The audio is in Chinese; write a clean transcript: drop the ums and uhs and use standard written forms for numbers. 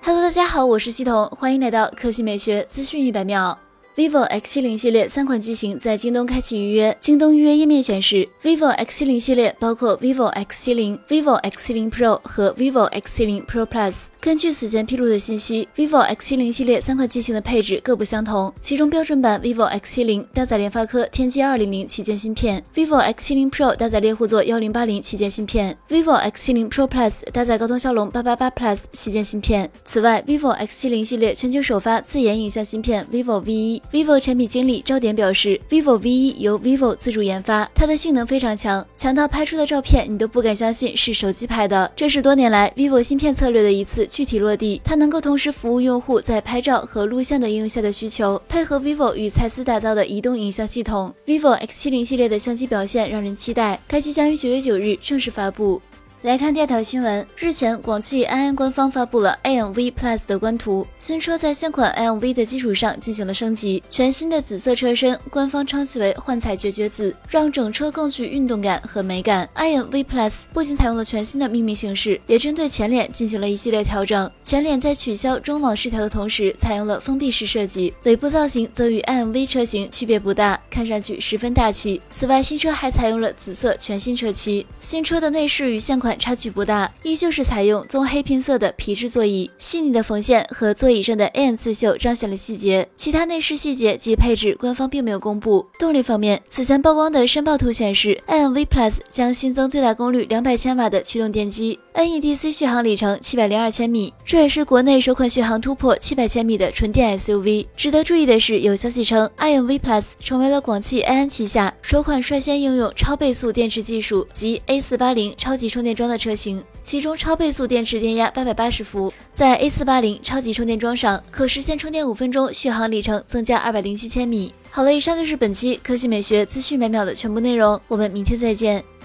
Hello， 大家好，我是系统，欢迎来到科技美学资讯100秒。vivo X70 系列3款机型在京东开启预约。京东预约页面显示 ，vivo X70 系列包括 vivo X70、vivo X70 Pro 和 vivo X70 Pro Plus。根据此前披露的信息 ，vivo X70 系列3款机型的配置各不相同。其中标准版 vivo X70 搭载联发科天玑200旗舰芯片 ，vivo X70 Pro 搭载猎户座1080旗舰芯片 ，vivo X70 Pro Plus 搭载高通骁龙888 Plus 旗舰芯片。此外 ，vivo X70 系列全球首发自研影像芯片 vivo V1。vivo 产品经理赵典表示 ，vivo V1 由 vivo 自主研发，它的性能非常强，强到拍出的照片你都不敢相信是手机拍的。这是多年来 vivo 芯片策略的一次具体落地，它能够同时服务用户在拍照和录像的应用下的需求，配合 vivo 与蔡司打造的移动影像系统 ，vivo X70 系列的相机表现让人期待，该机将于9月9日正式发布。来看第二条新闻，日前广汽安安官方发布了 AMV Plus 的官图，新车在现款 AMV 的基础上进行了升级，全新的紫色车身，官方称其为幻彩绝绝紫，让整车更具运动感和美感。AMV Plus 不仅采用了全新的命名形式，也针对前脸进行了一系列调整。前脸在取消中网饰条的同时，采用了封闭式设计，尾部造型则与 AMV 车型区别不大，看上去十分大气。此外，新车还采用了紫色全新车漆。新车的内饰与现款差距不大，依旧是采用棕黑拼色的皮质座椅，细腻的缝线和座椅上的 AN 刺绣彰显了细节。其他内饰细节及配置官方并没有公布。动力方面，此前曝光的申报图显示 ，AMV Plus 将新增最大功率200千瓦的驱动电机 ，NEDC 续航里程702千米，这也是国内首款续航突破700千米的纯电 SUV。值得注意的是，有消息称 ，AMV Plus 成为了广汽安安旗下首款率先应用超倍速电池技术及 A480 超级充电桩的车型，其中超倍速电池电压880伏，在 A480 超级充电桩上可实现充电5分钟，续航里程增加207千米。好了，以上就是本期科技美学资讯100秒的全部内容，我们明天再见。